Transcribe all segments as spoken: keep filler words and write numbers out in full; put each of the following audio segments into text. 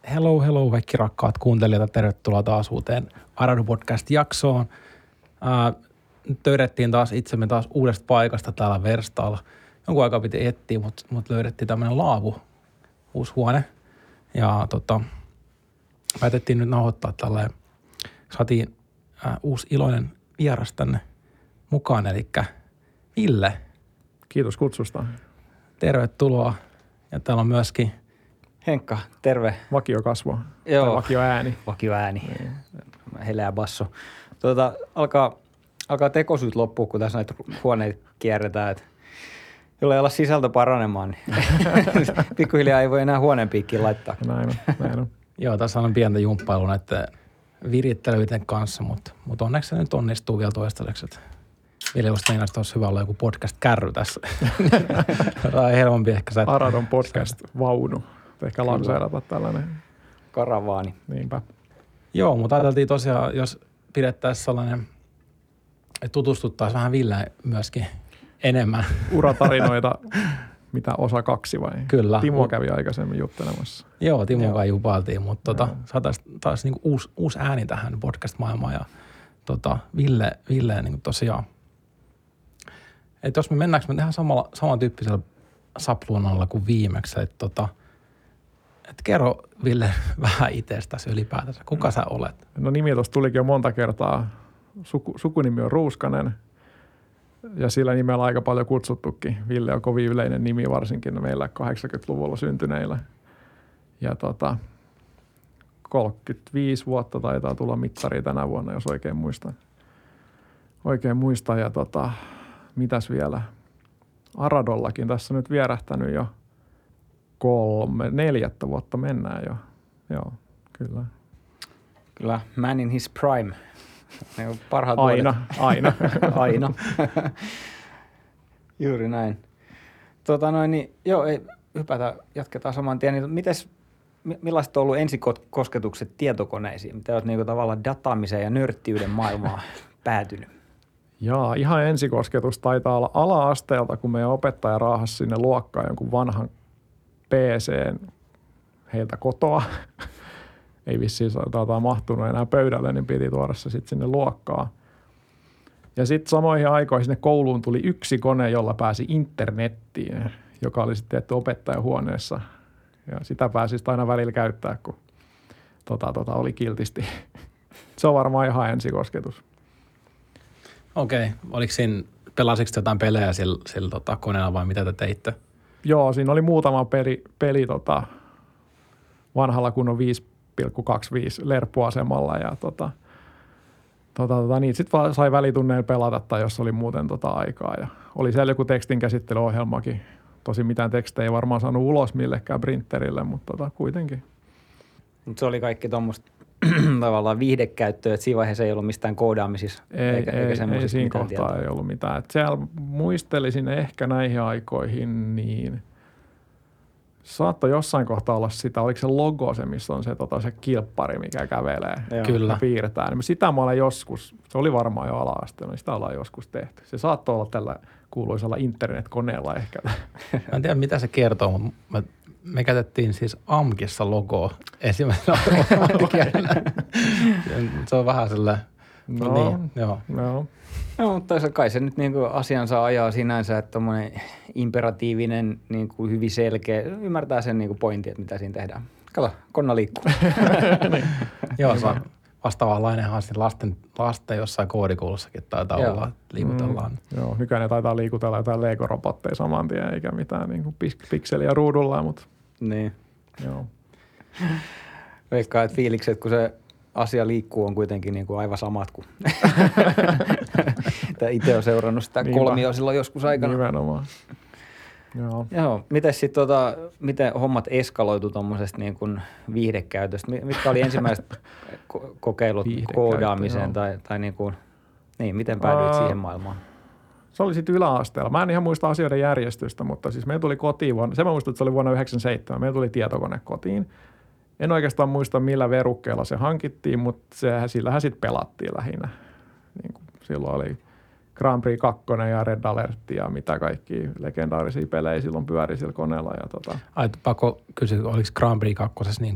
Hello, hello kaikki rakkaat kuuntelijat, tervetuloa taas uuteen Aradu Podcast-jaksoon. Ää, nyt löydettiin taas itsemme taas uudesta paikasta täällä Verstaalla. Jonkun aikaa piti etsiä, mutta mut löydettiin tämmöinen laavu, uusi huone. Ja tota, päätettiin nyt nauhoittaa tällainen, saatiin ää, uusi iloinen vieras tänne mukaan, eli Ville. Kiitos kutsusta. Tervetuloa. Ja täällä on myöskin Henkka, terve. Vakio kasvo. Joo. Tai vakio ääni. Vakio ääni. Niin. Heleä basso. Tuota, alkaa, alkaa tekosyyt loppua, kun tässä näitä huoneita kierretään. Et jolla ei olla sisältö paranemaan, niin pikkuhiljaa ei voi enää huoneen piikkiin laittaa. Näin on, näin on. Joo, tässä on pientä jumppailua näiden virittelyiden kanssa, mutta, mutta onneksi se nyt onnistuu vielä toistaiseksi. Ville just meinaisi, että olisi hyvä olla joku podcast-kärry tässä. Tai helpompi ehkä sä. Aradon podcast-vaunu. Ehkä lanseerata tällainen. Karavaani. Niinpä. Joo, mutta ajateltiin tosiaan, jos pidettäisiin sellainen, että tutustuttaisiin vähän Villeen myöskin enemmän. Uratarinoita, mitä osa kaksi vai? Kyllä. Timo kävi aikaisemmin juttelemassa. Joo, Timon kanssa jupailtiin, mutta tota, saataisiin taas niinku uusi, uusi ääni tähän podcast-maailmaan. Ja tota, Ville, Ville niin tosiaan, että jos me mennäänkö me tehdään samalla, samantyyppisellä sapluunalla kuin viimeksi, että tota, et kerro Ville vähän itsestäsi ylipäätänsä. Kuka sä olet? No nimi tuossa tulikin jo monta kertaa. Suku, sukunimi on Ruuskanen ja sillä nimellä aika paljon kutsuttukin. Ville on kovin yleinen nimi varsinkin meillä kahdeksankymmentäluvulla syntyneillä. Ja tota, kolmekymmentäviisi vuotta taitaa tulla mittari tänä vuonna, jos oikein muistan. Oikein muistan ja tota, mitäs vielä? Aradollakin tässä on nyt vierähtänyt jo kolme, neljättä vuotta mennään jo. Joo, kyllä. Kyllä, man in his prime. Ne on parhaat aina, vuodet. aina, aina. Juuri näin. Tota noin, niin, joo, ei, hypätä, jatketaan saman tien. Niin, mites, millaiset on ollut ensikosketukset tietokoneisiin? Mitä olet niin tavallaan dataamisen ja nörttiyden maailmaan päätynyt? Jaa, ihan ensikosketus taitaa olla ala-asteelta, kun meidän opettaja raahasi sinne luokkaan jonkun vanhan P C:n heiltä kotoa. Ei vissiin taitaa mahtunut enää pöydälle, niin piti tuoda se sitten sinne luokkaan. Ja sitten samoihin aikoihin sinne kouluun tuli yksi kone, jolla pääsi internettiin, joka oli sitten tehty opettajahuoneessa. Ja sitä pääsi sitten aina välillä käyttää, kun tota, tota, oli kiltisti. Se on varmaan ihan ensikosketus. Okei. Okay. Oliko siinä, pelasitko jotain pelejä sillä, sillä tota, koneella vai mitä te teitte? Joo, siinä oli muutama peli, peli tota, vanhalla kunnon viisi pilkku kaksikymmentäviisi lerppuasemalla ja tota, tota, tota, niitä sitten vaan sai välitunneilla pelata tai jos oli muuten tota aikaa. Ja oli siellä joku tekstinkäsittelyohjelmakin. Tosin mitään tekstejä ei varmaan saanut ulos millekään printerille, mutta tota, kuitenkin. Mutta se oli kaikki tuommoista tavallaan viihdekäyttöä, että siinä vaiheessa ei ollut mistään koodaamisissa. Ei, eikä, ei, eikä ei siinä kohtaa tietoa. ei ollut mitään. Et siellä muistelisin ehkä näihin aikoihin, niin saattoi jossain kohtaa olla sitä, oliko se logo se, missä on se, tota, se kilppari, mikä kävelee. Joo. Kyllä. Piirretään. Sitä mä olen joskus, se oli varmaan jo ala-asteella, niin sitä ollaan joskus tehty. Se saattoi olla tällä kuuluisella internetkoneella ehkä. Mä en tiedä, mitä se kertoo, mutta me, me käytettiin siis A M Kissa logoa ensimmäisenä. Se on vähän sellainen, no, no niin, joo. No. No, mutta kai se nyt niin kuin asiansa ajaa sinänsä, että tommoinen imperatiivinen, niin kuin hyvin selkeä, ymmärtää sen niin kuin pointin, että mitä siinä tehdään. Kato, konna liikkuu. niin. Joo, se on vastaavanlainenhan lasten, lasten jossain koodikoulussakin taitaa joo. olla, liikutellaan. Mm, joo, nykyään taitaa liikutella jotain Lego-robotteja saman tien, eikä mitään niin kuin pikseliä ruudulla, mutta niin. Joo. Veikkaa, että fiilikset, kun se asia liikkuu, on kuitenkin niin kuin aivan samat kuin itse olen seurannut sitä kolmioa silloin joskus aikana. Nimenomaan. Joo. Joo. Miten sitten tota, miten hommat eskaloitu tuommoisesta niin kuin viihdekäytöstä? Mitkä oli ensimmäiset ko- kokeilut koodaamiseen tai, tai niin kuin, niin, miten päädyit uh, siihen maailmaan? Se oli sitten yläasteella. Mä en ihan muista asioiden järjestystä, mutta siis meillä tuli kotiin vuonna, se mä muistan, että se oli vuonna yhdeksänkymmentäseitsemän. Meillä tuli tietokone kotiin. En oikeastaan muista, millä verukkeella se hankittiin, mutta sehän, sillähän sitten pelattiin lähinnä. Niin kuin silloin oli Grand Prix kaksi ja Red Alert ja mitä kaikki legendaarisia pelejä silloin pyöri sillä koneella. Ja tota. Ai, pakko kysyä, oliko Grand Prix kaksi niin kuin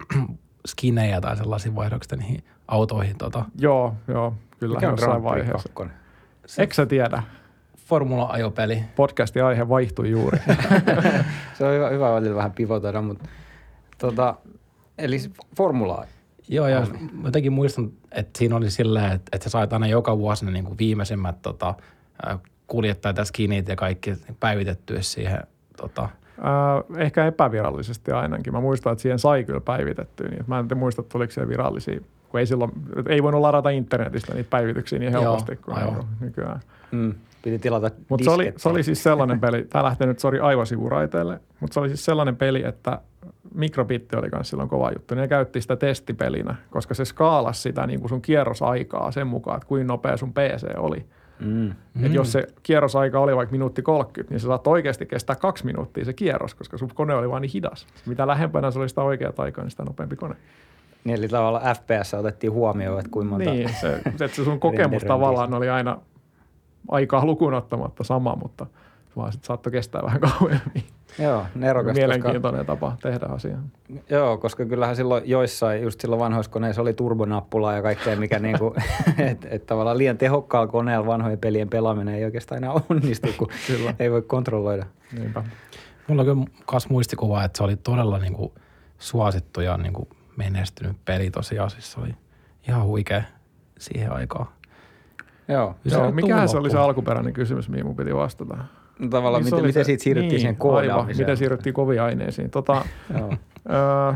skinejä tai sellaisia vaihdoksia niihin autoihin. Tota. Joo, joo, kyllä Mikä on jossain Grand Prix vaiheessa. kakkonen? Eikö sä tiedä? Formula-ajopeli. Podcastin aihe vaihtui juuri. Se on hyvä, hyvä välillä vähän pivotoida, mutta tota, eli formulaa. Joo, ja jotenkin muistan, että siinä oli silleen, että, että sä sait aina joka vuosi ne niin kuin viimeisimmät tota, kuljettajat ja skinit ja kaikki päivitettyä siihen. Tota. Äh, ehkä epävirallisesti ainakin. Mä muistan, että siihen sai kyllä päivitettyä. Niin mä en muista, että oliko siellä virallisia, kun ei, silloin, ei voinut ladata internetistä niitä päivityksiä niin helposti kuin nykyään. Mm, piti tilata Mutta se oli, se oli siis sellainen peli, tämä lähtee nyt sori aivosivuraiteelle, mutta se oli siis sellainen peli, että Microbitti oli myös silloin kova juttu. Ne käytti sitä testipelinä, koska se skaalasi sitä niin kuin sun kierrosaikaa sen mukaan, että kuinka nopea sun P C oli. Mm. Että mm. jos se kierrosaika oli vaikka minuutti kolmekymmentä, niin se saattoi oikeasti kestää kaksi minuuttia se kierros, koska sun kone oli vaan niin hidas. Mitä lähempänä se oli sitä oikeaa aikaa, niin sitä nopeampi kone. Niin, eli tavallaan F P S otettiin huomioon, että kuinka monta... Niin, se, että se sun kokemus tavallaan oli aina aikaa lukuun ottamatta sama, mutta vaan sitten saattoi kestää vähän kauemmin. Joo, nerokasta. Mielenkiintoinen koska, tapa tehdä asiaa. Joo, koska kyllähän silloin joissain, just silloin vanhoissa koneissa oli turbonappula ja kaikkea, mikä niinku, että et tavallaan liian tehokkaalla koneella vanhojen pelien pelaaminen ei oikeastaan enää onnistu, kun ei voi kontrolloida. Niinpä. Mulla on kyllä myös muistikuva, että se oli todella niinku suosittu ja niinku menestynyt peli tosiaan. Siis se oli ihan huikea siihen aikaan. Joo. Joo, mikähän se oli se alkuperäinen kysymys, mihin mun piti vastata? No tavallaan, niin miten, miten se, siitä siirryttiin niin, siihen koodaamiseen. Miten siirryttiin koviin aineisiin. Tota, ö,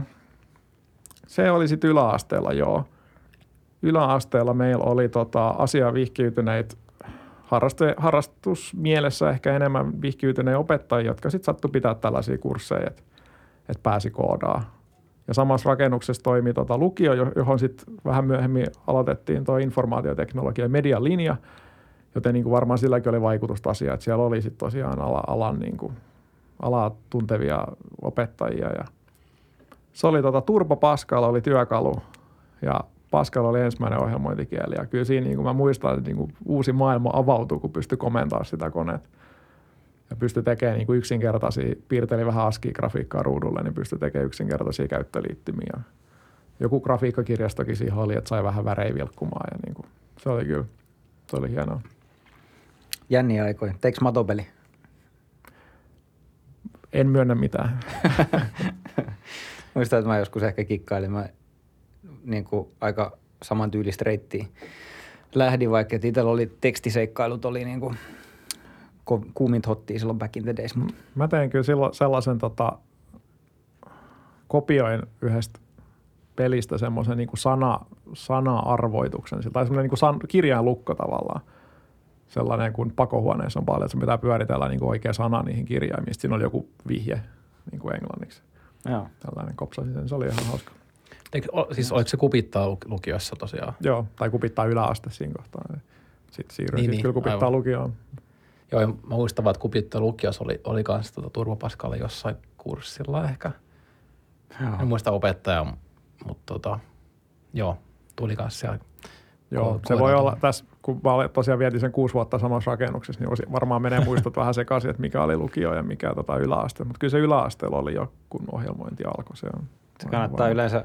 se oli sitten yläasteella, joo. Yläasteella meillä oli tota, asiaan vihkiytyneitä, harrastusmielessä ehkä enemmän vihkiytyneitä opettajia, jotka sitten sattui pitää tällaisia kursseja, että et pääsi koodaa. Ja samassa rakennuksessa toimi tota lukio, johon sitten vähän myöhemmin aloitettiin tuo informaatioteknologia ja median linja, joten niin kuin varmaan silläkin oli vaikutusta asiaan, että siellä oli sitten tosiaan ala, alan niin kuin, alaa tuntevia opettajia. Ja se oli tota, Turbo Pascal oli työkalu ja Pascal oli ensimmäinen ohjelmointikieli. Ja kyllä siinä niin kuin mä muistan, että niin kuin uusi maailma avautui, kun pystyi komentamaan sitä koneet. Ja pystyi tekemään niin kuin yksinkertaisia, piirteli vähän ASCII-grafiikkaa ruudulle, niin pystyi tekemään yksinkertaisia käyttöliittymiä. Joku grafiikkakirjastokin siihen oli, että sai vähän värejä vilkkumaan ja niin kuin, se oli kyllä, se oli hienoa. Jänniä aikoja. Teikö matopeli? En myönnä mitään. Muistan, että mä joskus ehkä kikkailin. Mä niin kuin aika samantyylistä reittiä lähdin, vaikka itsellä oli tekstiseikkailut, oli niin kuin kuumint hottia silloin back in the days. Mä tein kyllä silloin sellaisen tota, kopioin yhdestä pelistä semmoisen niin kuin sana, sana-arvoituksen. Tai semmoinen niin kuin san, kirjainlukko tavallaan. Sellainen, kun pakohuoneessa on paljon, että se pitää pyöritellä niin kuin oikea sana niihin kirjaimiin. Siinä oli joku vihje niin kuin englanniksi. Joo. Tällainen kopsasi sen. Se oli ihan hauska. Eikö, siis oliko se kupittaa lukiossa tosiaan? Joo, tai kupittaa yläaste siinä kohtaa. Sitten siirryin niin, sitten niin, kyllä kupittaa aivan. lukioon. Joo, mä muistan vaan, että kupittaa lukiossa oli, oli kanssa tuota Turbo Pascal jossain kurssilla ehkä. Joo. En muista opettajaa, mutta tota, joo, tuli kanssa siellä. Joo, ko- se voi olla tässä, kun mä tosiaan vietin sen kuusi vuotta samassa rakennuksessa, niin varmaan menee muistot vähän sekaisin, että mikä oli lukio ja mikä tota yläaste. Mutta kyllä se yläasteella oli jo, kun ohjelmointi alkoi. Se, on, se kannattaa varmaan yleensä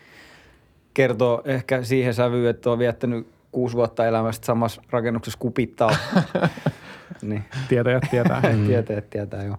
kertoa ehkä siihen sävyyn, että on viettänyt kuusi vuotta elämästä samassa rakennuksessa kupittaa. Niin. Tietäjät tietää. Tietäjät tietää, joo.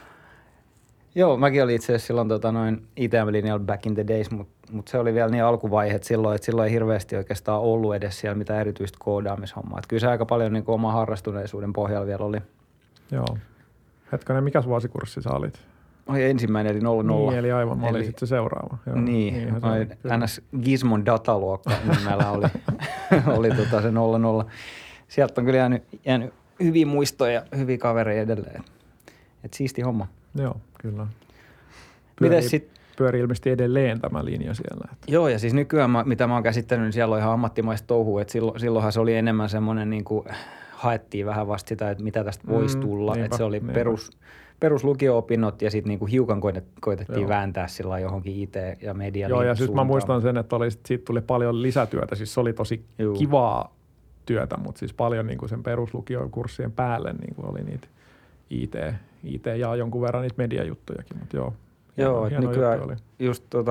Joo, mäkin olin itse asiassa silloin tota, noin I T M-linjalla back in the days, mutta mut se oli vielä niin alkuvaiheet silloin, että silloin ei hirveästi oikeastaan ollut edes siellä mitään erityistä koodaamishommaa. Et kyllä se aika paljon niin oma harrastuneisuuden pohjalla vielä oli. Joo. Hetkonen, mikäs vuosikurssi sä olit? Oi ensimmäinen, eli nolla nolla. Niin, eli aivan, mä olin sitten se seuraava. Joo. Niin, niin N S Gizmon dataluokka nimellä oli, oli tota se nolla nolla. Sieltä on kyllä jäänyt, jäänyt hyviä muistoja, hyviä kavereja edelleen. Et siisti homma. Joo, kyllä. Miten sit? Pyörii ilmeisesti edelleen tämä linja siellä. Että. Joo, ja siis nykyään, mä, mitä mä oon käsittänyt, niin siellä on ihan ammattimaista touhua. Että silloin, silloinhan se oli enemmän semmoinen, niin kuin haettiin vähän vasta sitä, että mitä tästä voisi tulla. Mm, että se oli perus, peruslukio-opinnot ja sitten niinku hiukan koitet, koitettiin Joo. vääntää sillä johonkin I T- ja media. Joo, ja sitten mä muistan sen, että oli, siitä tuli paljon lisätyötä. Siis se oli tosi Juu. kivaa työtä, mutta siis paljon niin kuin sen peruslukiokurssien päälle niin kuin oli niitä I T, I T ja jonkun verran niitä mediajuttujakin, mutta joo. Joo, hieno, hieno nykyään oli. Just tota,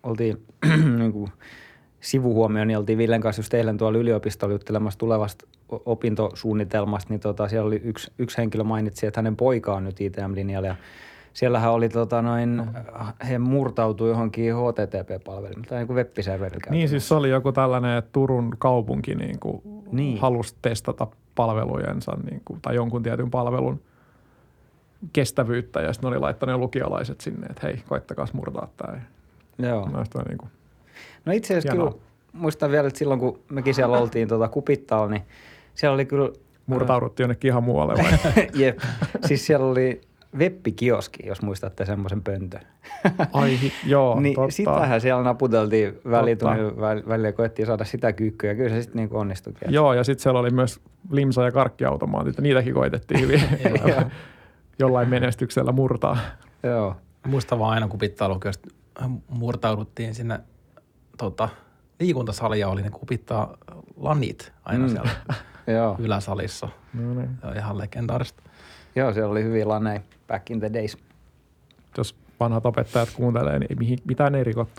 oltiin niin kuin sivuhuomioon, niin oltiin Villen kanssa just eilen tuolla yliopistolla juttelemassa tulevasta opintosuunnitelmasta, niin tota, siellä oli yksi, yksi henkilö mainitsi, että hänen poika on nyt I T M-linjalla ja siellähän oli tota noin, he murtautui johonkin H T T P-palvelimeen tai niin kuin web-serverillä. Niin siis se oli joku tällainen, että Turun kaupunki niin kuin niin. halusi testata palvelujensa niin kuin, tai jonkun tietyn palvelun kestävyyttä ja sitten oli laittanut lukiolaiset sinne, että hei, koittakaa murtaa tämä. Joo. Niin kuin no itse asiassa kyllä muistan vielä, että silloin kun mekin siellä oltiin tuota Kupittaalla, niin siellä oli kyllä... Murtauduttiin jonnekin ihan muualle vai? Jep. Siis siellä oli webbikioski, jos muistatte semmoisen pöntön. Ai, joo, niin totta. sitähän siellä naputeltiin välitunnin välillä ja koettiin saada sitä kyykkyä. Kyllä se sitten niin onnistuikin. Joo, ja sitten siellä oli myös limsa- ja karkkiautomaatit, ja niitäkin koitettiin hyvin jollain menestyksellä murtaa. Joo. Muistan vaan aina, kun pitää lukiosta murtauduttiin sinne tota, liikuntasalia, oli ne kupittaa lanit aina mm. siellä yläsalissa. No niin. Se on ihan legendaarista. Joo, siellä oli hyviä laneja back in the days. Jos vanhat opettajat kuuntelee, niin mihin, mitään ei rikottu.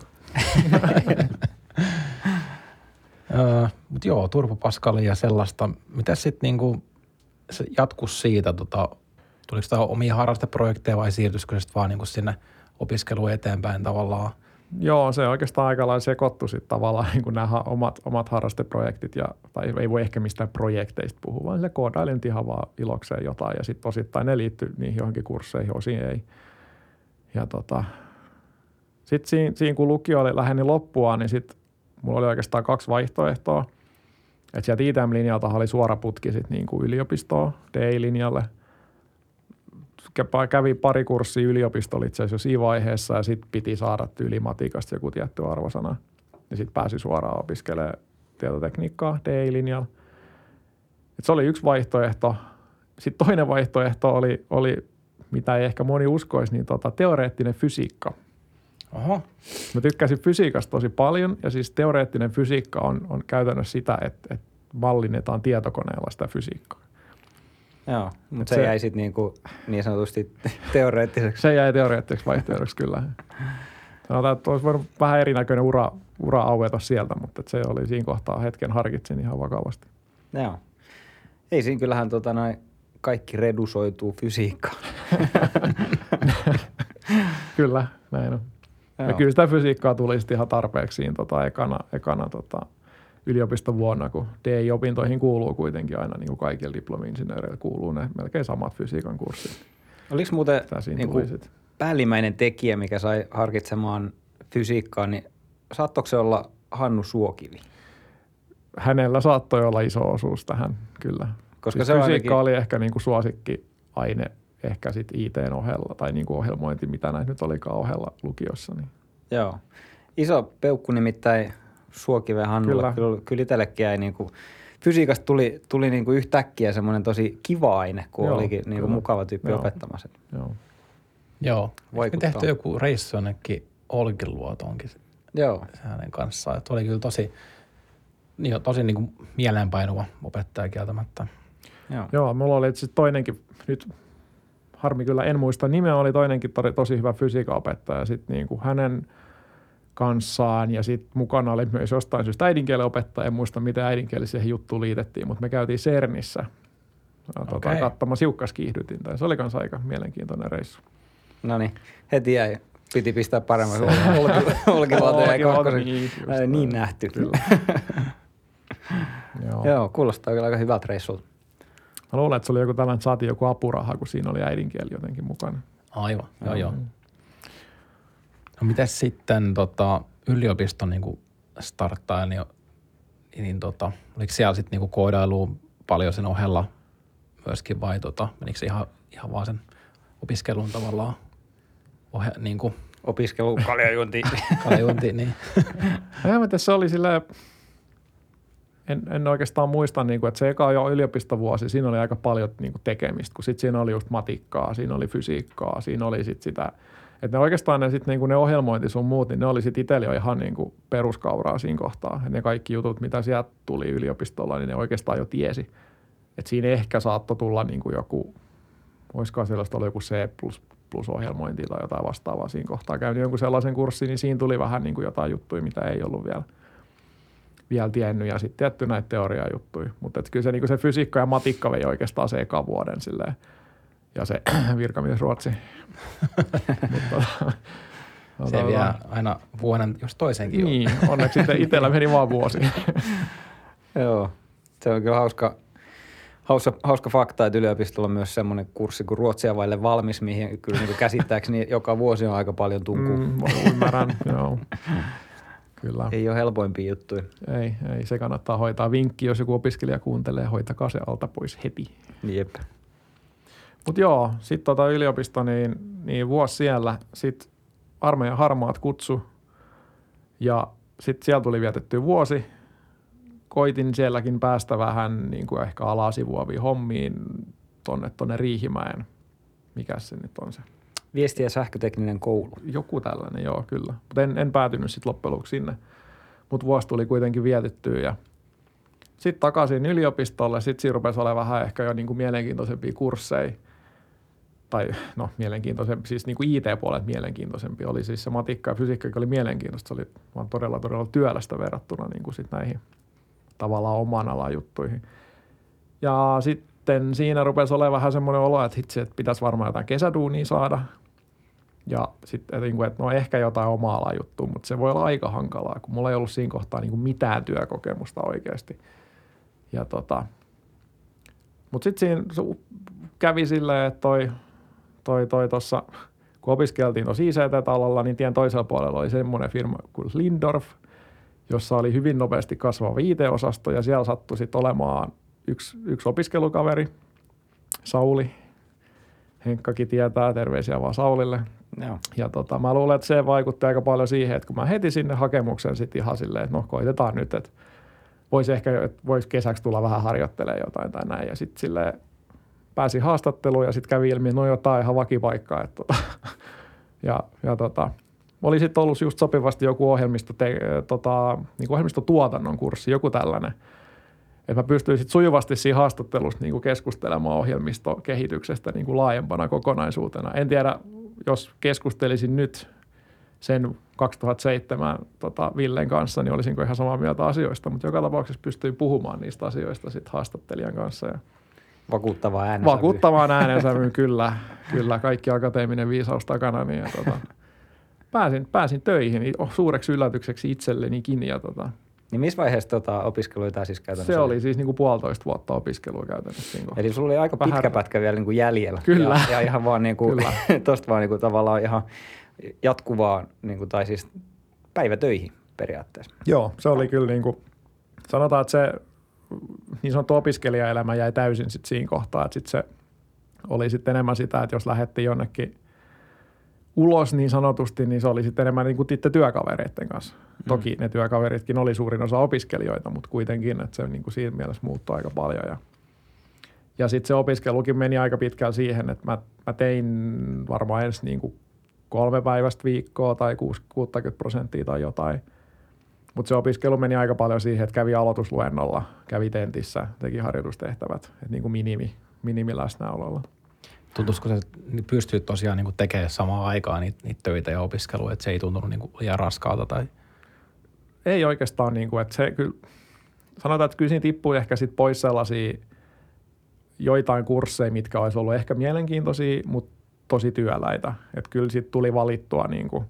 öö, Mutta joo, Turbo Pascal ja sellaista. Mitäs sitten niinku se jatkus siitä? Tota, tuliko tämä omia harrasteprojekteja vai siirtyisikö se vaan niinku sinne opiskeluun eteenpäin tavallaan? Joo, se oikeastaan aika lailla sekoittu sitten tavallaan niin kuin nämä omat, omat harrasteprojektit, ja, tai ei voi ehkä mistään projekteista puhua, vaan se koodailin ihan vaan ilokseen jotain, ja sitten osittain ne liittyy niihin johonkin kursseihin, osin ei. Ja tota, sitten siinä, siinä kun lukio oli läheni loppua, niin sitten mulla oli oikeastaan kaksi vaihtoehtoa. Että sieltä I T M-linjalta oli suora putki sitten niin kuin yliopistoon, D I-linjalle. Kävi pari kurssia yliopistolla itse asiassa jo siinä vaiheessa ja sitten piti saada tyyli matikasta joku tietty arvosana. Ja sitten pääsi suoraan opiskelemaan tietotekniikkaa D I-linjalla. Et se oli yksi vaihtoehto. Sitten toinen vaihtoehto oli, oli mitä ei ehkä moni uskoisi, niin tota, teoreettinen fysiikka. Oho. Mä tykkäsin fysiikasta tosi paljon ja siis teoreettinen fysiikka on, on käytännössä sitä, että, että mallinnetaan tietokoneella sitä fysiikkaa. Joo, mutta se, se jäi sitten niin, niin sanotusti teoreettiseksi. Se jäi teoreettiseksi vaihtoehdoksi kyllä. Sanotaan, että olisi voinut vähän erinäköinen ura, ura aueta sieltä, mutta se oli siinä kohtaa hetken harkitsin ihan vakavasti. Joo. Ei siinä kyllähän tota noin kaikki redusoituu fysiikkaan. Kyllä, näin on. Ja kyllä sitä fysiikkaa tuli sitten ihan tarpeeksi siinä tota ekana, ekana tota yliopiston vuonna, kun D I-opintoihin kuuluu kuitenkin aina, niin kuin kaikilla diplomi-insinööreillä kuuluu ne melkein samat fysiikan kurssit. Oliko muuten niin kuin päällimmäinen tekijä, mikä sai harkitsemaan fysiikkaa, niin saattoiko se olla Hannu Suokivi? Hänellä saattoi olla iso osuus tähän, kyllä. Koska siis se fysiikka ainakin oli ehkä niin kuin suosikkiaine ehkä sitten I T:n ohella tai niin kuin ohjelmointi, mitä näitä nyt olikaan ohella lukiossa. Niin. Joo. Iso peukku nimittäin Suokiven Hannulla. Kyllä, kyllä itsellekin jäi niin kuin, fysiikasta tuli, tuli niin kuin yhtäkkiä semmoinen tosi kiva aine, kun Joo, olikin niin kuin mukava tyyppi Joo. opettamassa. Joo. Joo. Me tehty joku reissu jonnekin Olkiluotoonkin Joo. hänen kanssaan. Että oli kyllä tosi, niin, tosi niin kuin mieleenpainuva opettaja kieltämättä. Joo. Joo, mulla oli itse toinenkin, nyt harmi kyllä en muista nimeä, oli toinenkin to, tosi hyvä fysiikan opettaja. Sitten niin kuin hänen kanssaan ja sitten mukana oli myös jostain syystä äidinkielen opettaja. En muista, miten äidinkieli siihen juttuun liitettiin, mutta me käytiin CERNissä okay. tota, katsomassa hiukkaskiihdytintä. Se oli kanssa aika mielenkiintoinen reissu. No niin, heti jäi. Piti pistää paremmin Olkiluotoon ja kakkosen. Niin, niin nähty. Kyllä. Joo. Joo, kuulostaa kyllä aika hyvältä reissulta. Mä luulen, että se oli joku tällainen, että saatiin joku apuraha, kun siinä oli äidinkieli jotenkin mukana. Aivan, joo joo. No mitäs sitten tota, yliopiston niin starttaa, niin, niin tota, oliko siellä sitten niin koodailua paljon sen ohella myöskin vai tota, menikö se ihan, ihan vaan sen opiskelun tavallaan ohe, niin kuin opiskelu kaljajuntiin. Kaljajuntiin, niin. Ja mä se oli silleen, en, en oikeastaan muista, niin kuin, että se eka jo yliopistovuosi, siinä oli aika paljon niin kuin tekemistä, kun sitten siinä oli just matikkaa, siinä oli fysiikkaa, siinä oli sitten sitä, että ne oikeastaan ne, sit, niin kuin ne ohjelmointi sun muut, niin ne oli sitten itsellä jo ihan niin kuin peruskauraa siinä kohtaa. Et ne kaikki jutut, mitä sieltä tuli yliopistolla, niin ne oikeastaan jo tiesi. Että siinä ehkä saattoi tulla niin kuin joku, olisikohan sellaista ollut joku C plus plus ohjelmointia tai jotain vastaavaa siinä kohtaa. Käynyt jonkun sellaisen kurssin, niin siinä tuli vähän niin kuin jotain juttuja, mitä ei ollut vielä, vielä tiennyt ja sitten tietty näitä teoriajuttuja. Mutta kyllä se, niin kuin se fysiikka ja matikka vei oikeastaan se eka vuoden silleen. Ja se virkamiesruotsi. Mutta se vie aina vuoden, jos toisenkin. Niin, onneksi itsellä meni vaan vuosi. Joo, se on kyllä hauska, hauska, hauska fakta, että yliopistolla on myös semmoinen kurssi kuin Ruotsia vaille valmis, mihin kyllä niin käsittääkseni joka vuosi on aika paljon tunkua. Mm, ymmärrän, joo. Kyllä. Ei ole helpoimpia juttuja. Ei, ei, se kannattaa hoitaa. Vinkki, jos joku opiskelija kuuntelee, hoitakaa se alta pois heti. Jep. Mutta joo, sitten tota yliopisto, niin, niin vuosi siellä, sitten armeijan harmaat kutsu ja sitten siellä tuli vietetty vuosi. Koitin sielläkin päästä vähän niin kuin ehkä alasivuaviin hommiin tonne, tonne Riihimäen. Mikäs se nyt on se? Viesti- ja sähkötekninen koulu. Joku tällainen, joo kyllä. Mutta en, en päätynyt sitten loppujen lopuksi sinne. Mutta vuosi tuli kuitenkin vietettyä ja sitten takaisin yliopistolle. Sitten siinä rupesi olemaan vähän ehkä jo niin kuin mielenkiintoisempia kursseja. Tai no mielenkiintoisempi, siis niin kuin I T-puolet mielenkiintoisempi. Oli siis se matikka ja fysiikka, joka oli mielenkiintoista. Se oli vaan todella, todella työlästä verrattuna niin kuin sit näihin tavallaan oman alan juttuihin. Ja sitten siinä rupesi olemaan vähän semmoinen olo, että hitsi, että pitäisi varmaan jotain kesäduunia saada. Ja sitten, että no ehkä jotain oma alan juttua, mutta se voi olla aika hankalaa, kun mulla ei ollut siinä kohtaa niin kuin mitään työkokemusta oikeasti. Ja tota, mutta sitten siinä kävi silleen, että toi toi toi tuossa, kun opiskeltiin tuossa I C T-talolla, niin tien toisella puolella oli semmoinen firma kuin Lindorf, jossa oli hyvin nopeasti kasvava I T-osasto ja siellä sattui sitten olemaan yksi, yksi opiskelukaveri, Sauli. Henkkakin tietää, terveisiä vaan Saulille. Joo. Ja tota, mä luulen, että se vaikutti aika paljon siihen, että kun mä heti sinne hakemuksen sitten ihan silleen, että no koitetaan nyt, että voisi ehkä, että voisi kesäksi tulla vähän harjoittelemaan jotain tai näin. Ja sitten silleen pääsin haastatteluun ja sitten kävi ilmi, että no jotain ihan vakipaikkaa. Että tota, ja, ja tota, oli sitten ollut just sopivasti joku ohjelmisto, te, tota, niin kuin ohjelmistotuotannon kurssi, joku tällainen. Että mä pystyin sitten sujuvasti siinä haastattelussa niin kuin keskustelemaan ohjelmistokehityksestä niin kuin laajempana kokonaisuutena. En tiedä, jos keskustelisin nyt sen kaksituhattaseitsemän tota, Villen kanssa, niin olisinko ihan samaa mieltä asioista, mutta joka tapauksessa pystyin puhumaan niistä asioista sitten haastattelijan kanssa. Ja vakuuttavaa äänensävyä. Vakuuttavaan äänensävyyn, kyllä. Kyllä, kaikki akateeminen viisaus takana. Niin, ja, tota, pääsin, pääsin töihin suureksi yllätykseksi itsellenikin. Ja, tota, niin missä vaiheessa tota, opiskelua tämä siis käytännössä? Se oli siis niin kuin puolitoista vuotta opiskelua käytännössä. Eli sulla oli aika pitkä Vähän... pätkä vielä niin kuin jäljellä. Kyllä. Ja, ja ihan vaan niin kuin, tosta vaan niin kuin tavallaan ihan jatkuvaa, niin kuin, tai siis päivätöihin periaatteessa. Joo, se oli kyllä niin kuin, sanotaan, että se niin sanottu opiskelijaelämä jäi täysin sit siinä kohtaa, että sit se oli sitten enemmän sitä, että jos lähdettiin jonnekin ulos niin sanotusti, niin se oli sitten enemmän niin kuin itse työkavereiden kanssa. Mm. Toki ne työkaveritkin oli suurin osa opiskelijoita, mutta kuitenkin, että se niin kuin siinä mielessä muuttui aika paljon. Ja, ja sitten se opiskelukin meni aika pitkään siihen, että mä, mä tein varmaan ensin niin kuin kolme päivästä viikkoa tai kuusikymmentä prosenttia tai jotain. Mutta se opiskelu meni aika paljon siihen, että kävi aloitusluennolla, kävi tentissä, teki harjoitustehtävät, että niin kuin minimi, minimiläsnäololla. Tuntuisiko se, että pystyy tosiaan niin kuin tekemään samaan aikaan niitä, niitä töitä ja opiskelua, että se ei tuntunut niin kuin liian raskaalta? Tai? Ei oikeastaan, niin kuin, että se kyllä, sanotaan, että kyllä siinä tippui ehkä sit pois sellaisia joitain kursseja, mitkä olisi ollut ehkä mielenkiintoisia, mutta tosi työläitä. Että kyllä sitten tuli valittua niin kuin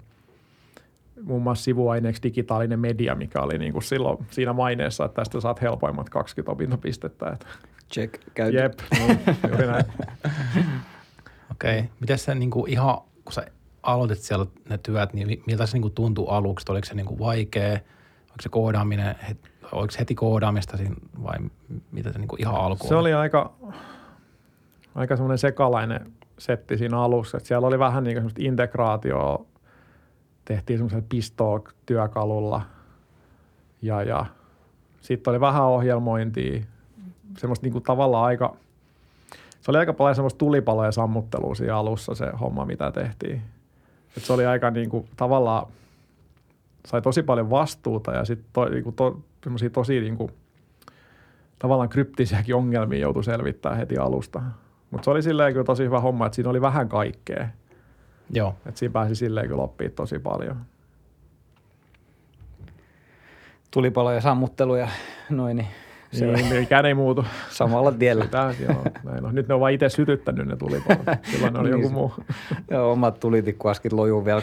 muun muassa sivuaineeksi digitaalinen media, mikä oli niin kuin silloin siinä maineessa, että tästä saat helpoimmat kaksikymmentä opintopistettä. Että check, käyty. Jep, niin, juuri näin. Okei. Okay. Miten se niin kuin ihan, kun sä aloitit siellä ne työt, niin miltä se niin kuin tuntui aluksi? Oliko se niin kuin vaikea? Oliko se koodaaminen, oliko se heti koodaamista siinä vai mitä se niin kuin ihan alkuun? Se oli aika, aika semmoinen sekalainen setti siinä alussa. Että siellä oli vähän niin kuin semmoista integraatioa. Tehtiin semmoisella Pistock-työkalulla ja, ja sitten oli vähän ohjelmointia. Semmoista niin kuin tavallaan aika, se oli aika paljon semmoista tulipaloja sammuttelua siinä alussa se homma, mitä tehtiin. Et se oli aika niin kuin tavallaan, sai tosi paljon vastuuta ja sitten to, niin to, semmoisia tosi niin kuin, tavallaan kryptisiäkin ongelmia joutui selvittämään heti alusta. Mutta se oli silleen kyllä tosi hyvä homma, että siinä oli vähän kaikkea. Joo. Että siinä pääsi silleen kyllä oppia tosi paljon. Tulipaloja, sammutteluja, noin, niin se Niin, mikään ei muutu. samalla tiellä. Sitä, joo, näin on. Nyt ne on vaan itse sytyttänyt ne tulipalot. Silloin ne oli joku muu. Joo, omat tulitikkuaskit lojuu vielä.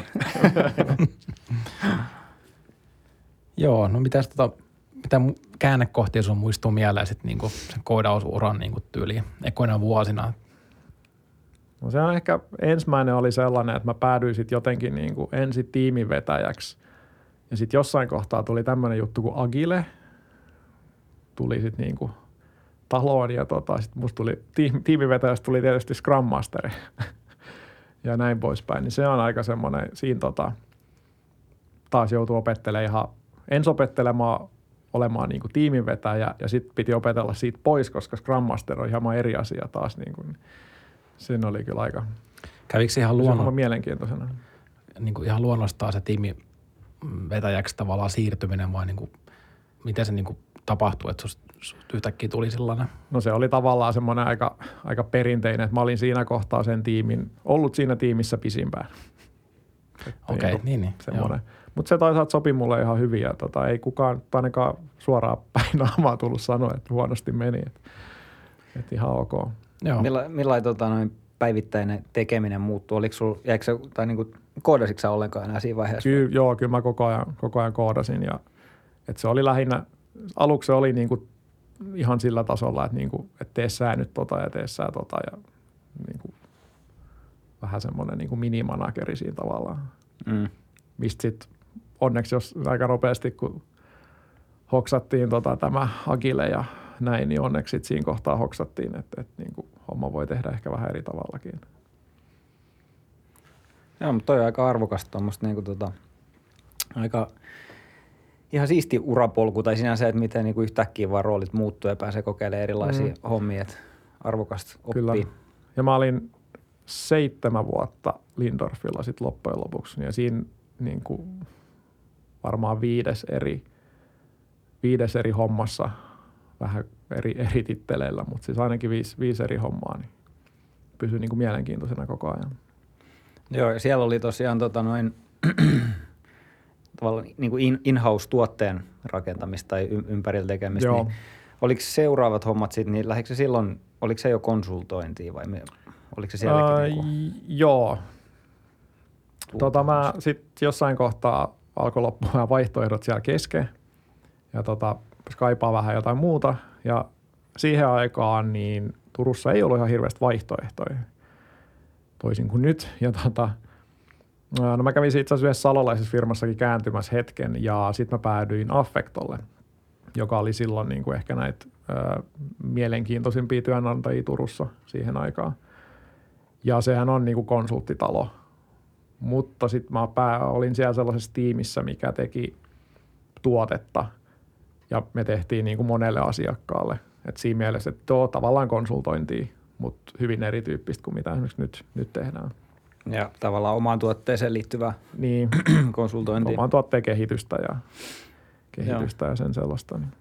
Joo, no mitäs tota, mitä käännekohtia sun muistuu mieleen sitten niinku sen koodausuran niinku tyyliin ekoina vuosina? No se on ehkä, ensimmäinen oli sellainen, että mä päädyin sitten jotenkin niinku ensin tiimivetäjäksi. Ja sitten jossain kohtaa tuli tämmöinen juttu kuin Agile. Tuli sitten niinku taloon ja tota, sitten musta tuli, tiim, tiimivetäjästä tuli tietysti Scrum Masteri ja näin poispäin. Niin se on aika semmoinen, siinä tota, taas joutuu opettelemaan ihan, ensin opettelemaan olemaan niinku tiiminvetäjä ja sitten piti opetella siitä pois, koska Scrum Master on ihan eri asia taas. Niinku, sen oli kyllä aika Kävikö se ihan, luonno, mielenkiintoisena. niinku ihan luonnostaan se tiimi vetäjäksi tavallaan siirtyminen vai niinku, miten se niinku tapahtui, että susta sust yhtäkkiä tuli sellainen? No se oli tavallaan semmoinen aika, aika perinteinen, että mä olin siinä kohtaa sen tiimin, ollut siinä tiimissä pisimpään. Okei, okay, niin, niin. Semmoinen. Mutta se toisaalta sopi mulle ihan hyvin ja tota, ei kukaan ainakaan suoraan päin naamaa tullut sanoa, että huonosti meni. Että et ihan ok. Joo. Milla, millainen tota, noin päivittäinen tekeminen muuttui? Oliko sul, jäikö se, tai niinku, koodasitko sä ollenkaan enää siinä vaiheessa? Kyllä, joo, kyllä mä koko ajan, koko ajan koodasin. Ja, et se oli lähinnä, aluksi se oli niinku ihan sillä tasolla, että, niinku, et tee sä nyt tota ja tee sä tota. Ja, niinku, vähän semmoinen niinku minimanageri siinä tavallaan. Mm. Mistä sitten onneksi jos aika nopeasti, kun hoksattiin tota, tämä Agile ja näin, niin onneksi sit siinä kohtaa hoksattiin, että, että niin kuin homma voi tehdä ehkä vähän eri tavallakin. Joo, mutta toi on aika arvokasta tuommoista niin kuin tota, aika ihan siisti urapolku tai sinänsä, että miten niin kuin yhtäkkiä vaan roolit muuttuu ja pääsee kokeilemaan erilaisia mm. hommia, että arvokasta oppii. Kyllä. Ja mä olin seitsemän vuotta Lindorfilla sitten loppujen lopuksi ja siinä niin kuin varmaan viides eri, viides eri hommassa, vähän eri, eri titteleillä, mutta siis ainakin viisi, viisi eri hommaa, niin pysyi niin kuin mielenkiintoisena koko ajan. Joo, ja siellä oli tosiaan tota noin, tavallaan niin kuin in, in-house-tuotteen rakentamista tai ympärillä tekemistä. Niin oliko seuraavat hommat sitten, niin lähdikö se silloin, oliko se jo konsultointia vai oliko se sielläkin? Uh, niin kuin joo. Tota mä sitten jossain kohtaa alkoi loppua vaihtoehdot siellä kesken ja tota, kaipaa vähän jotain muuta. Ja siihen aikaan niin Turussa ei ollut ihan hirveästi vaihtoehtoja, toisin kuin nyt. Ja tota, no mä kävin itse asiassa yhdessä salolaisessa firmassakin kääntymässä hetken ja sitten mä päädyin Affectolle, joka oli silloin niin kuin ehkä näitä ö, mielenkiintoisimpia työnantajia Turussa siihen aikaan. Ja sehän on niin kuin konsulttitalo. Mutta sitten mä pää, olin siellä sellaisessa tiimissä, mikä teki tuotetta ja me tehtiin niin kuin monelle asiakkaalle. Et siinä mielessä, että tuo tavallaan konsultointia, mutta hyvin erityyppistä kuin mitä esimerkiksi nyt, nyt tehdään. Ja tavallaan omaan tuotteeseen liittyvää niin, konsultointia. Omaan tuotteen kehitystä ja, kehitystä ja sen sellaista. Niin.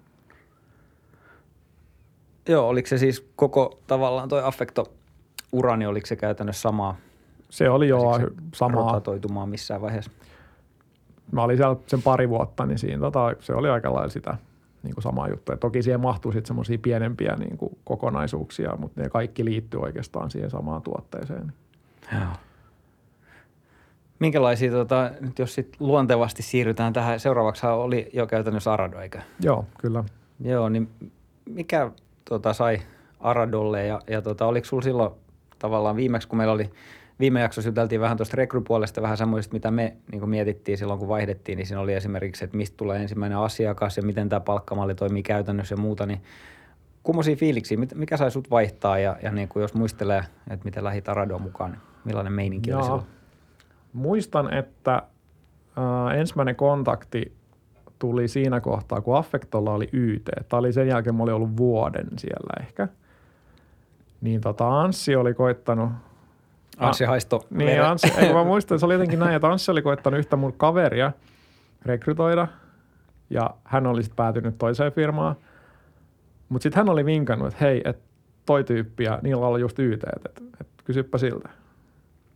Joo, oliko se siis koko tavallaan toi Affecto-ura, niin oliko se käytännössä samaa? Se oli jo samaa. Rotatoitumaan missään vaiheessa? Mä olin siellä sen pari vuotta, niin siinä tota, se oli aika lailla sitä niin kuin samaa juttua. Toki siihen mahtui sitten semmoisia pienempiä niin kuin kokonaisuuksia, mutta ne kaikki liittyy oikeastaan siihen samaan tuotteeseen. Joo. Minkälaisia, tota, nyt jos sitten luontevasti siirrytään tähän, seuraavaksi oli jo käytännössä Arado, eikö? Joo, kyllä. Joo, niin mikä tota, sai Aradolle ja, ja tota, oliko sulla silloin tavallaan viimeksi, kun meillä oli viime jaksossa juteltiin vähän tuosta rekrypuolesta, vähän samoista, mitä me niin mietittiin silloin, kun vaihdettiin, niin siinä oli esimerkiksi, että mistä tulee ensimmäinen asiakas ja miten tämä palkkamalli toimii käytännössä ja muuta, niin kummoisia fiiliksiä, mikä sai sut vaihtaa ja, ja niin kuin jos muistelee, että miten lähit Aradoon mukaan, niin millainen meininki oli silloin? Muistan, että äh, ensimmäinen kontakti tuli siinä kohtaa, kun Affectolla oli Y T. Tämä oli sen jälkeen, mä olin ollut vuoden siellä ehkä. Niin tota Anssi oli koittanut Anssi haisto. Niin, Anssi, ei, mä muistan, se oli jotenkin näin, että Anssi oli koittanut yhtä mun kaveria rekrytoida ja hän oli sitten päätynyt toiseen firmaan. Mutta sitten hän oli vinkannut, että hei, että toi tyyppi ja niillä oli just Y T, että et, et kysyppä siltä.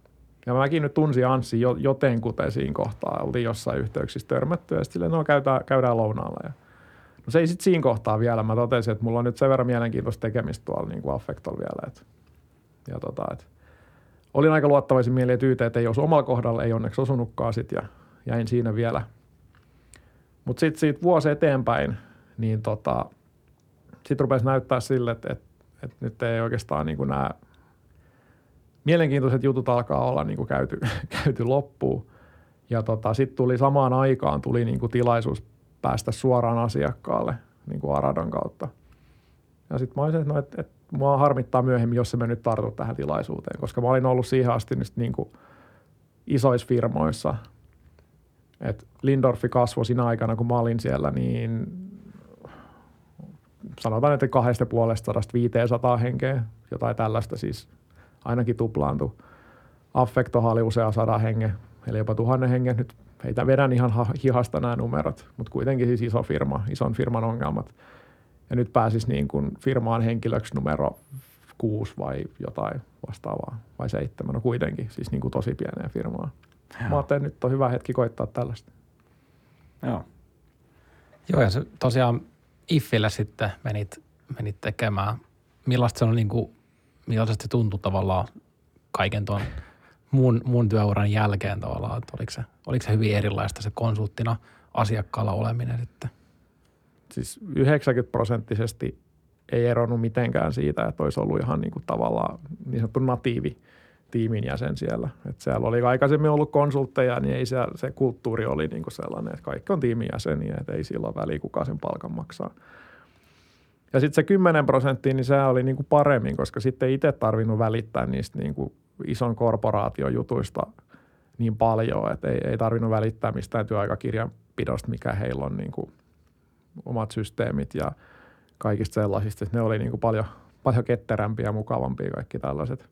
Ja mäkin nyt tunsin Anssi jotenkuten siinä kohtaa. Oltiin jossain yhteyksissä törmätty ja sitten silleen, no käydään, käydään lounaalla. Ja no se ei sitten siinä kohtaa vielä. Mä totesin, että mulla on nyt sen verran mielenkiintoista tekemistä tuolla niin kuin Affectolla vielä. Et, ja tota, et, olin aika luottavaisin mieli, että Y T ei osu omalla kohdalla, ei onneksi osunutkaan sit ja jäin siinä vielä. Mutta sitten siitä vuosi eteenpäin, niin tota, sitten rupesi näyttää sille, että, että, että nyt ei oikeastaan niin kuin nämä mielenkiintoiset jutut alkaa olla niin kuin käyty, käyty loppuun. Ja tota, sitten tuli samaan aikaan tuli niin kuin tilaisuus päästä suoraan asiakkaalle niin kuin Aradon kautta. Ja sitten mä olisin, että, no, että, että mua harmittaa myöhemmin, jos se me nyt tartu tähän tilaisuuteen, koska mä olin ollut siihen asti nyt niin kuin isoissa firmoissa. Et Lindorfi kasvoi siinä aikana, kun mä olin siellä, niin sanotaan, että kahdesta puolesta sadasta viiteensataa henkeä, jotain tällaista siis ainakin tuplaantui. Affectohan oli usea sadan hengen, eli jopa tuhannen hengen. Nyt heitä vedän ihan hihasta nämä numerot, mutta kuitenkin siis iso firma, ison firman ongelmat. Ja nyt pääsisi niin kuin firmaan henkilöksi numero kuusi vai jotain vastaavaa, vai seitsemän, no kuitenkin, siis niin kuin tosi pieneen firmaan. Mä ajattelin, että nyt on hyvä hetki koittaa tällaista. Joo. Joo, ja se tosiaan Iffillä sitten menit, menit tekemään. Millaista se on niin kuin, millaisesti se tuntui tavallaan kaiken tuon mun, mun työuran jälkeen tavallaan, että oliko se, oliko se hyvin erilaista se konsulttina asiakkaalla oleminen sitten? Siis yhdeksänkymmentä prosenttisesti ei eronnut mitenkään siitä, että olisi ollut ihan niin kuin tavallaan niin sanottu natiivi tiimin jäsen siellä. Että siellä oli aikaisemmin ollut konsultteja, niin ei se, se kulttuuri oli niin kuin sellainen, että kaikki on tiimin jäseniä, että ei sillä ole väliä, kuka sen palkan maksaa. Ja sitten se kymmenen prosenttia, niin se oli niin kuin paremmin, koska sitten ei itse tarvinnut välittää niistä niin kuin ison korporaation jutuista niin paljon, että ei, ei tarvinnut välittää mistään työaikakirjanpidosta, mikä heillä on niin kuin omat systeemit ja kaikista sellaisista. Ne oli niin kuin paljon, paljon ketterämpiä ja mukavampia kaikki tällaiset.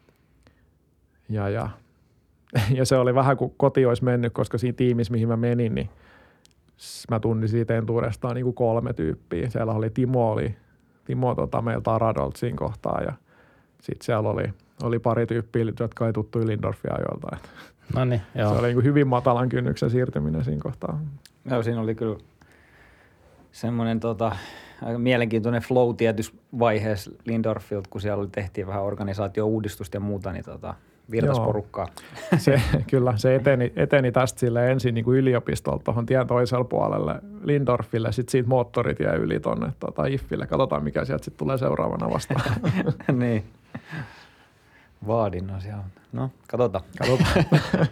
Ja, ja, ja se oli vähän kuin koti olisi mennyt, koska siinä tiimissä, mihin mä menin, niin mä tunnin siitä entuudestaan niin kuin kolme tyyppiä. Siellä oli Timo, oli, Timo tota, meiltä Aradolta siinä kohtaa ja sitten siellä oli, oli pari tyyppiä, jotka ei tuttu Lindorfia ajoilta. No niin, joo. Se oli niin kuin hyvin matalan kynnyksen siirtyminen siinä kohtaa. Joo, siinä oli kyllä semmoinen tota, aika mielenkiintoinen flow tietyssä vaiheessa Lindorfilta, kun siellä tehtiin vähän organisaatio-uudistusta ja muuta, niin tota, virtas porukkaa. Se, kyllä, se eteni, eteni tästä sille ensin niin kuin yliopistolta tuohon tien toisella puolelle Lindorfille, sitten siitä moottoritie yli tuonne tota, Iffille. Katsotaan, mikä sieltä sitten tulee seuraavana vastaan. Niin. Vaadin asia. No, katsotaan. Katsotaan.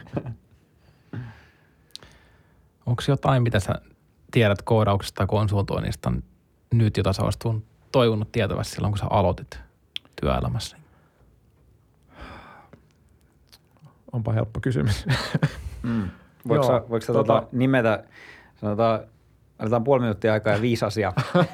Onko jotain, mitä sä tiedät koodauksesta tai konsultoinnista nyt, jota sä olisit toivonut tietävästi silloin, kun sä aloitit työelämässä? Onpa helppo kysymys. Mm. Voiko sä, voiko sä tota, tota, nimetä, sanotaan, annetaan puoli minuuttia aikaa ja viisi asiaa.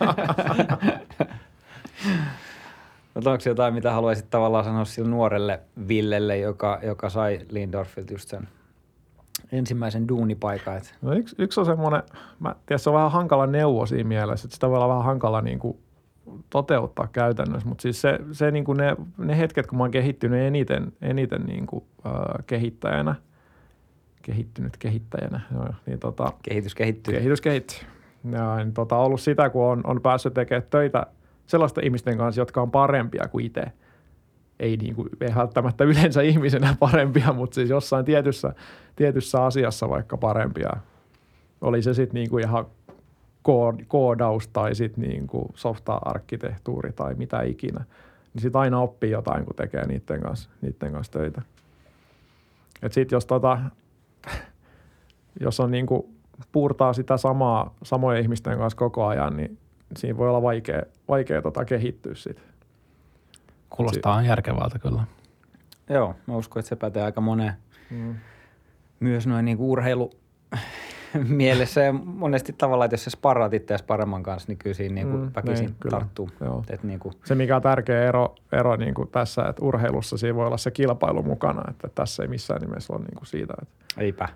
Onko jotain, mitä haluaisit tavallaan sanoa sille nuorelle Villelle, joka, joka sai Lindorfilta just sen ensimmäisen duunipaikan? Et. No yksi, yksi on semmoinen, mä tiedän, se on vähän hankala neuvo siinä mielessä, että sitä voi olla vähän hankala niin kuin toteuttaa käytännössä, mutta siis se, se niin kuin ne, ne hetket, kun mä oon kehittynyt eniten, eniten niin kuin, äh, kehittäjänä, kehittynyt kehittäjänä, no, niin tota, kehitys kehittyy. Kehitys kehittyy. Ja niin, tota, ollut sitä, kun on, on päässyt tekemään töitä sellaisten ihmisten kanssa, jotka on parempia kuin itse. Ei, niin kuin, ei välttämättä yleensä ihmisenä parempia, mutta siis jossain tietyssä, tietyssä asiassa vaikka parempia. Oli se sitten niin kuin ihan koodaus tai sitten niin kuin softa-arkkitehtuuri tai mitä ikinä. Niin sitten aina oppii jotain, kun tekee niiden kanssa, niiden kanssa töitä. Et sitten jos, tota, jos on niin kuin puurtaa sitä samaa, samojen ihmisten kanssa koko ajan, niin siinä voi olla vaikea, vaikea tota kehittyä sitten. Kuulostaa si- järkevältä kyllä. Joo, mä uskon, että se pätee aika moneen. Mm. Myös noin niin kuin urheilu mielessä ja monesti tavallaan, että jos sä sparraat itseäsi paremman kanssa, niin kyllä siinä niin kuin mm, väkisin niin, tarttuu. Niin kuin. Se mikä on tärkeä ero, ero niin kuin tässä, että urheilussa siinä voi olla se kilpailu mukana, että tässä ei missään nimessä ole niin kuin siitä. Että eipä.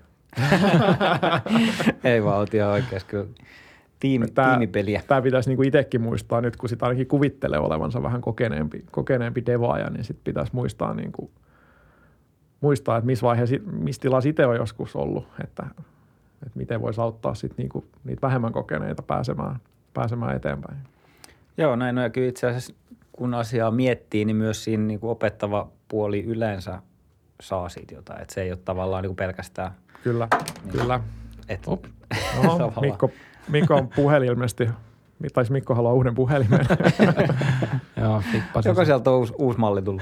Ei vaan, oot ihan oikeasti kyllä. Tiimi, tämä, tiimipeliä. Tämä pitäisi niinku itsekin muistaa nyt, kun sitä ainakin kuvittelee olevansa vähän kokeneempi, kokeneempi devaaja, niin sitten pitäisi muistaa niinku muistaa, että missä vaiheessa, missä tilassa itse on joskus ollut, että, että miten voisi auttaa sit niinku niitä vähemmän kokeneita pääsemään, pääsemään eteenpäin. Joo, näin on. Ja kyllä itse asiassa, kun asiaa miettii, niin myös siinä niin kuin opettava puoli yleensä saa siitä jotain. Että se ei ole tavallaan niin kuin pelkästään... Kyllä, niin, kyllä. Että, no, Mikko, Mikko on puhelin ilmeisesti. Taisi Mikko haluaa uuden puhelimen. Joo, jokaiselta on uusi, uusi malli tullut.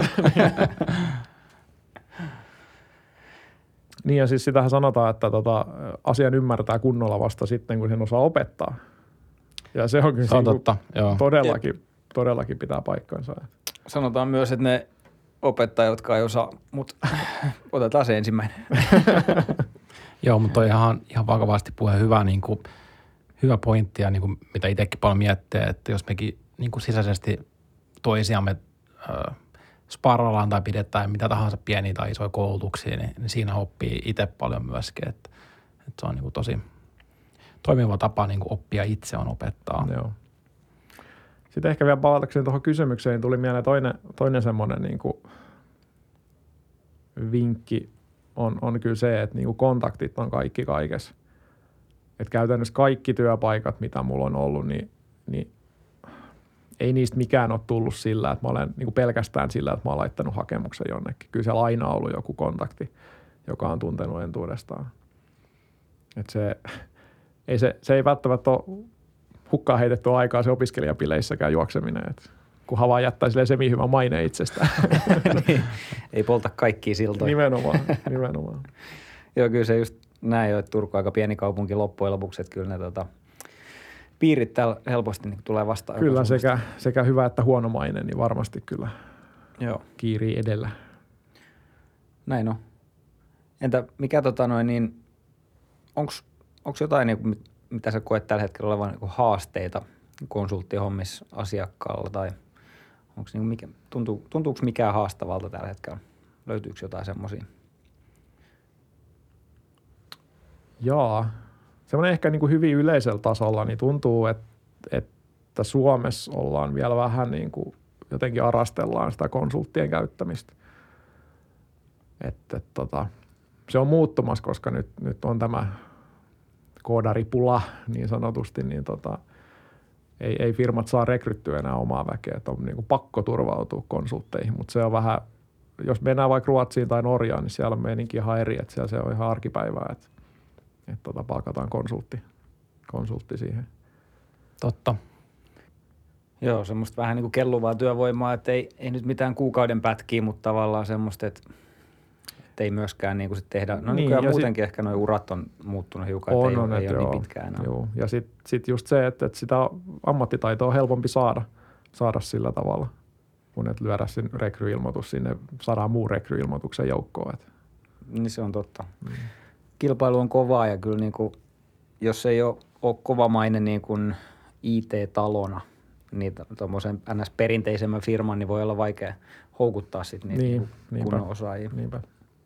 Niin ja siis sitähän sanotaan, että tota, asian ymmärtää kunnolla vasta sitten, kun sen osaa opettaa. Ja se on kyllä se on totta, joo. Todellakin, todellakin pitää paikkansa. Sanotaan myös, että ne opettajat, jotka ei osaa, mutta otetaan se ensimmäinen. Joo, mutta on ihan, ihan vakavasti puheen hyvä, niin kuin, hyvä pointti ja niin kuin, mitä itsekin paljon miettii, että jos mekin niin kuin sisäisesti toisiamme äh, sparrallaan tai pidetään mitä tahansa pieniä tai isoja koulutuksia, niin, niin siinä oppii itse paljon myöskin, että, että se on niin kuin tosi toimiva tapa niin kuin oppia itse on opettaa. Joo. Sitten ehkä vielä palatakseni tuohon kysymykseen, niin tuli mieleen toinen, toinen semmoinen niin kuin vinkki on, on kyllä se, että niin kuin kontaktit on kaikki kaikessa. Että käytännössä kaikki työpaikat, mitä mulla on ollut, niin, niin ei niistä mikään ole tullut sillä, että mä olen niin kuin pelkästään sillä, että mä olen laittanut hakemuksen jonnekin. Kyllä siellä aina ollut joku kontakti, joka on tuntenut entuudestaan. Että se, ei se, se ei välttämättä ole hukkaan heitetty aikaa se opiskelijapileissäkään juokseminen, että kunhan vaan jättää silleen semi-hyvä maine itsestään. Niin, ei polta kaikkia siltoja. Nimenomaan, nimenomaan. Joo, kyllä se just näin jo, että Turku on aika pieni kaupunki loppujen lopuksi, että kyllä ne tota, piirit täällä helposti niin tulee vastaan. Kyllä sekä, sekä hyvä että huono maine, niin varmasti kyllä Joo. kiirii edellä. Näin on. Entä mikä tota noin, niin onko jotain, niin kuin, mitä sä koet tällä hetkellä olevan niin kuin haasteita konsulttihommissa asiakkaalla tai onko niin mikä, tuntuu, tuntuuko mikään haastavalta tällä hetkellä? Löytyykö jotain semmoisia? Jaa. Semmoinen ehkä niin kuin hyvin yleisellä tasolla, niin tuntuu, että, että Suomessa ollaan vielä vähän niin kuin jotenkin arastellaan sitä konsulttien käyttämistä. Että, että, tota, se on muuttumassa, koska nyt, nyt on tämä koodaripula niin sanotusti, niin tota, ei, ei firmat saa rekryttyä enää omaa väkeä, että on niin kuin pakko turvautua konsultteihin, mutta se on vähän, jos mennään vaikka Ruotsiin tai Norjaan, niin siellä on meininki ihan eri, että siellä se on ihan arkipäivää, että, että tota, palkataan konsultti, konsultti siihen. Totta. Joo, semmoista vähän niin kuin kelluvaa työvoimaa, että ei, ei nyt mitään kuukauden pätkiä, mutta tavallaan semmoista, että ei myöskään niin kuin sit tehdä. No niin, muutenkin sit, ehkä nuo urat on muuttunut hiukan, on, että ei, on, ei et ole joo, niin pitkään enää. Joo. Ja sitten sit just se, että, että sitä ammattitaitoa on helpompi saada, saada sillä tavalla, kun et lyödä sen rekryilmoitus sinne saadaan muun rekryilmoituksen joukkoon. Että. Niin se on totta. Mm. Kilpailu on kovaa ja kyllä niin kuin, jos ei ole, ole kovamainen niin kuin I T-talona, niin tuommoisen ns. Perinteisemmän firman, niin voi olla vaikea houkuttaa sitten niitä niin, niin kunnon osaajia. Niinpä.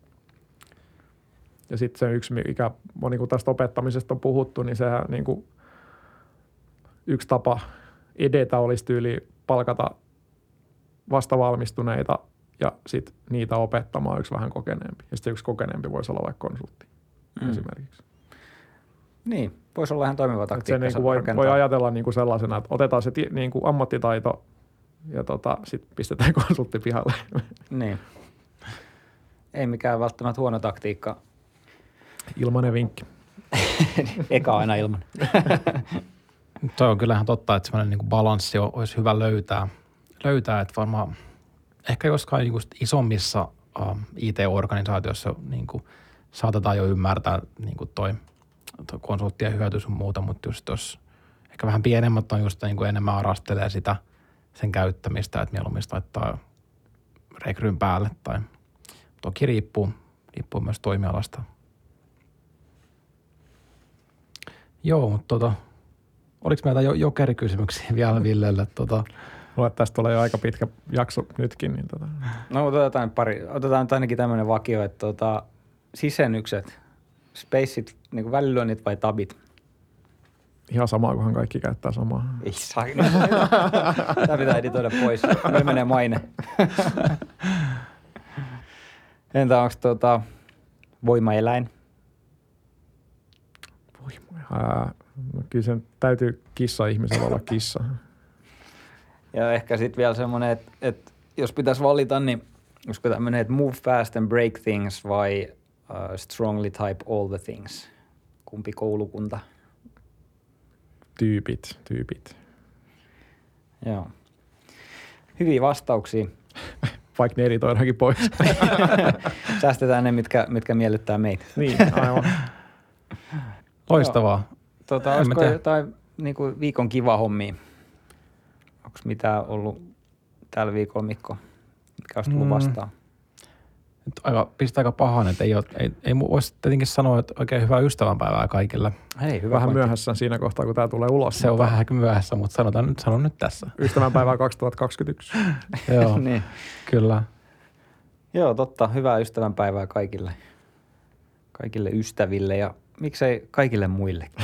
Ja sitten se yksi, mikä on, niin kuin tästä opettamisesta on puhuttu, niin sehän niin kuin yksi tapa edetä olisi tyyli palkata vastavalmistuneita ja sitten niitä opettamaan yksi vähän kokeneempi. Ja sitten yksi kokeneempi voisi olla vaikka konsultti mm. esimerkiksi. Niin, voisi olla ihan toimiva taktiikka. Se niin kuin voi, voi ajatella niin kuin sellaisena, että otetaan se niin kuin ammattitaito ja tota, sitten pistetään konsultti pihalle. Niin. Ei mikään välttämättä huono taktiikka. Ilmainen vinkki. Eka aina ilman. Toi on kyllähän totta, että semmoinen niin kuin balanssi olisi hyvä löytää. Löytää, että varmaan ehkä joskaan niin kuin isommissa uh, I T-organisaatioissa niin kuin saatetaan jo ymmärtää niin kuin toi, toi konsulttien hyöty sun muuta, mutta just jos ehkä vähän pienemmät on just niin kuin enemmän arastelee sitä sen käyttämistä, että mieluummin laittaa rekryn päälle tai toki riippuu, riippuu myös toimialasta. Joo, mutta tota, oliko meitä jo jokerikysymyksiä vielä Villelle? Tota? Luulen, että tästä tulee jo aika pitkä jakso nytkin. Niin tota. No otetaan pari, otetaan nyt ainakin tämmöinen vakio, että tota, sisennykset, spaceit, niin kuin välilyönnit vai tabit? Ihan samaa, kunhan kaikki käyttää samaa. Ei saa. Tämä pitää editoida pois. Meillä menee maine. Entä onko tota voimaeläin? Ää, kyllä sen täytyy kissa-ihmisellä olla kissa. Ja ehkä sitten vielä semmoinen, että, että jos pitäisi valita, niin olisiko tämmöinen, että move fast and break things vai uh, strongly type all the things? Kumpi koulukunta? Tyypit, tyypit. Joo. Hyviä vastauksia. Vaikka ne editoidaankin pois. Säästetään ne, mitkä, mitkä miellyttää meitä. Niin, aivan. Loistavaa. Tota, olisiko jotain niin kuin viikon kiva hommia? Onko mitään ollut tällä viikolla, Mikko? Mikä olisi tullut vastaan? Nyt aika, pistää aika pahan, että ei, ole, ei, ei voisi tietenkin sanoa, että oikein hyvää ystävänpäivää kaikille. Hei, hyvä Vähän pointti. myöhässä siinä kohtaa, kun tämä tulee ulos. Se on vähän myöhässä, mutta sanotaan nyt, sanon nyt tässä. Ystävänpäivää kaksituhattakaksikymmentäyksi. Joo, niin. kyllä. Joo, totta. Hyvää ystävänpäivää kaikille. Kaikille ystäville ja miksei kaikille muillekin.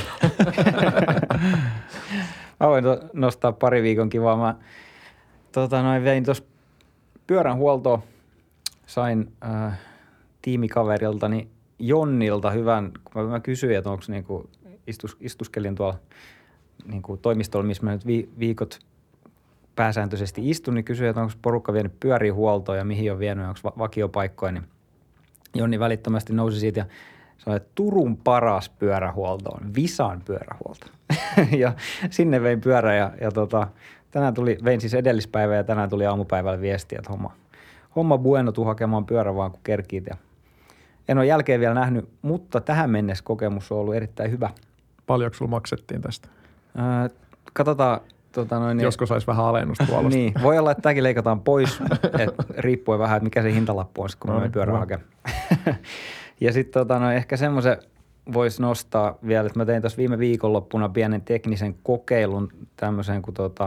Mä voin to, nostaa pari viikon kivaa. Mä tota, noin, vein tuossa pyörän huoltoa. Sain äh, tiimikaveriltani Jonnilta hyvän, kun mä, mä kysyin, että onko niinku, istus, istuskelin tuolla niinku, toimistolla, missä mä nyt vi, viikot pääsääntöisesti istun, niin kysyin, että onko porukka vienyt pyöriä huoltoon ja mihin on vienyt, onko va- vakiopaikkoja, niin Jonni välittömästi nousi siitä ja sanoi, että Turun paras pyörähuolto on Visan pyörähuolto. ja sinne vein pyörä ja, ja tota, tänään tuli, vein siis edellispäivä ja tänään tuli aamupäivällä viesti, että homma, homma bueno, tuu hakemaan pyörä vaan kun kerkiit. Ja en ole jälkeen vielä nähnyt, mutta tähän mennessä kokemus on ollut erittäin hyvä. Paljonko sulla maksettiin tästä? Öö, katsotaan. Tota noin, Josko saisi vähän alennusta tuolla. Niin, voi olla, että tämäkin leikataan pois, et riippuen vähän, että mikä se hintalappu on, kun no, mä menen pyörän hakemaan. Ja sitten tota, no, ehkä semmoisen voisi nostaa vielä, että mä tein tuossa viime viikonloppuna pienen teknisen kokeilun tämmöisen kuin tota,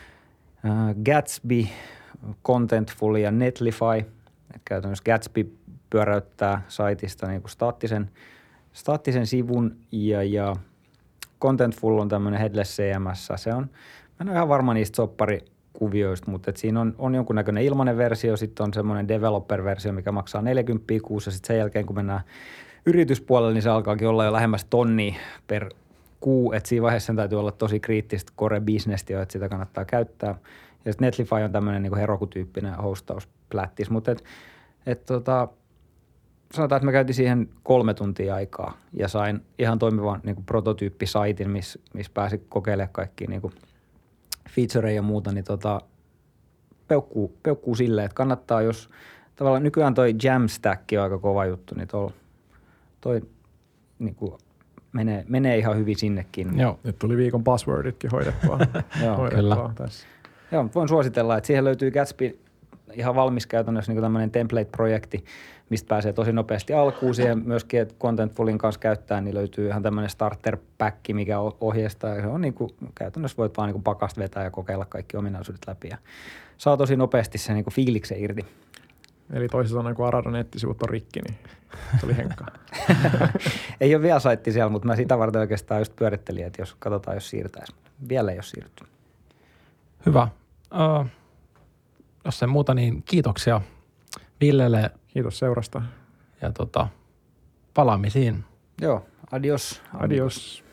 äh, Gatsby, Contentful ja Netlify. Et käytännössä Gatsby pyöräyttää saitista niin kuin staattisen, staattisen sivun ja, ja Contentful on tämmöinen headless C M S. Se on, mä en ole ihan varma niistä sopparikuvioista, mutta et siinä on, on jonkunnäköinen ilmainen versio, sitten on semmoinen developer-versio, mikä maksaa neljäkymmentä kuussa. Sitten sen jälkeen, kun mennään yrityspuolelle, niin se alkaakin olla jo lähemmäs tonni per kuu. Että siinä vaiheessa sen täytyy olla tosi kriittistä core-bisnestä jo, että sitä kannattaa käyttää. Ja sitten Netlify on tämmöinen niin kuin Heroku-tyyppinen hostausplättis. Mutta et, et tota, sanotaan, että mä käytin siihen kolme tuntia aikaa ja sain ihan toimivan niin kuin prototyyppisaitin, missä miss pääsi kokeilemaan kaikkia niin kuin featureja ja muuta, niin tota, peukkuu, peukkuu silleen, että kannattaa, jos tavallaan nykyään toi Jamstack on aika kova juttu, niin toi, toi niin kuin menee, menee ihan hyvin sinnekin. Joo. Nyt tuli viikon passworditkin hoidettua. Joo, hoidettua tässä. Joo, voin suositella, että siihen löytyy Gatsby ihan valmis käytännössä niin tämmöinen template-projekti, mistä pääsee tosi nopeasti alkuun. Siihen myöskin, että Contentfulin kanssa käyttää, niin löytyy ihan tämmöinen starter-päkki, mikä ohjeistaa. Ja se on niin kuin, käytännössä voit vaan niin kuin pakasta vetää ja kokeilla kaikki ominaisuudet läpi. Ja saa tosi nopeasti sen niin kuin fiiliksen irti. Eli toisin sanoen, kun Aradon nettisivut on rikki, niin se oli henkkaa. Ei ole vielä saitti siellä, mutta mä sitä varten oikeastaan just pyörittelin, että jos katsotaan, jos siirtäisi. Vielä ei ole siirrytty. Hyvä. Uh, jos ei muuta, niin kiitoksia Villelle. Kiitos seurasta. Ja tota, palaamisiin. Joo, adios. Adios.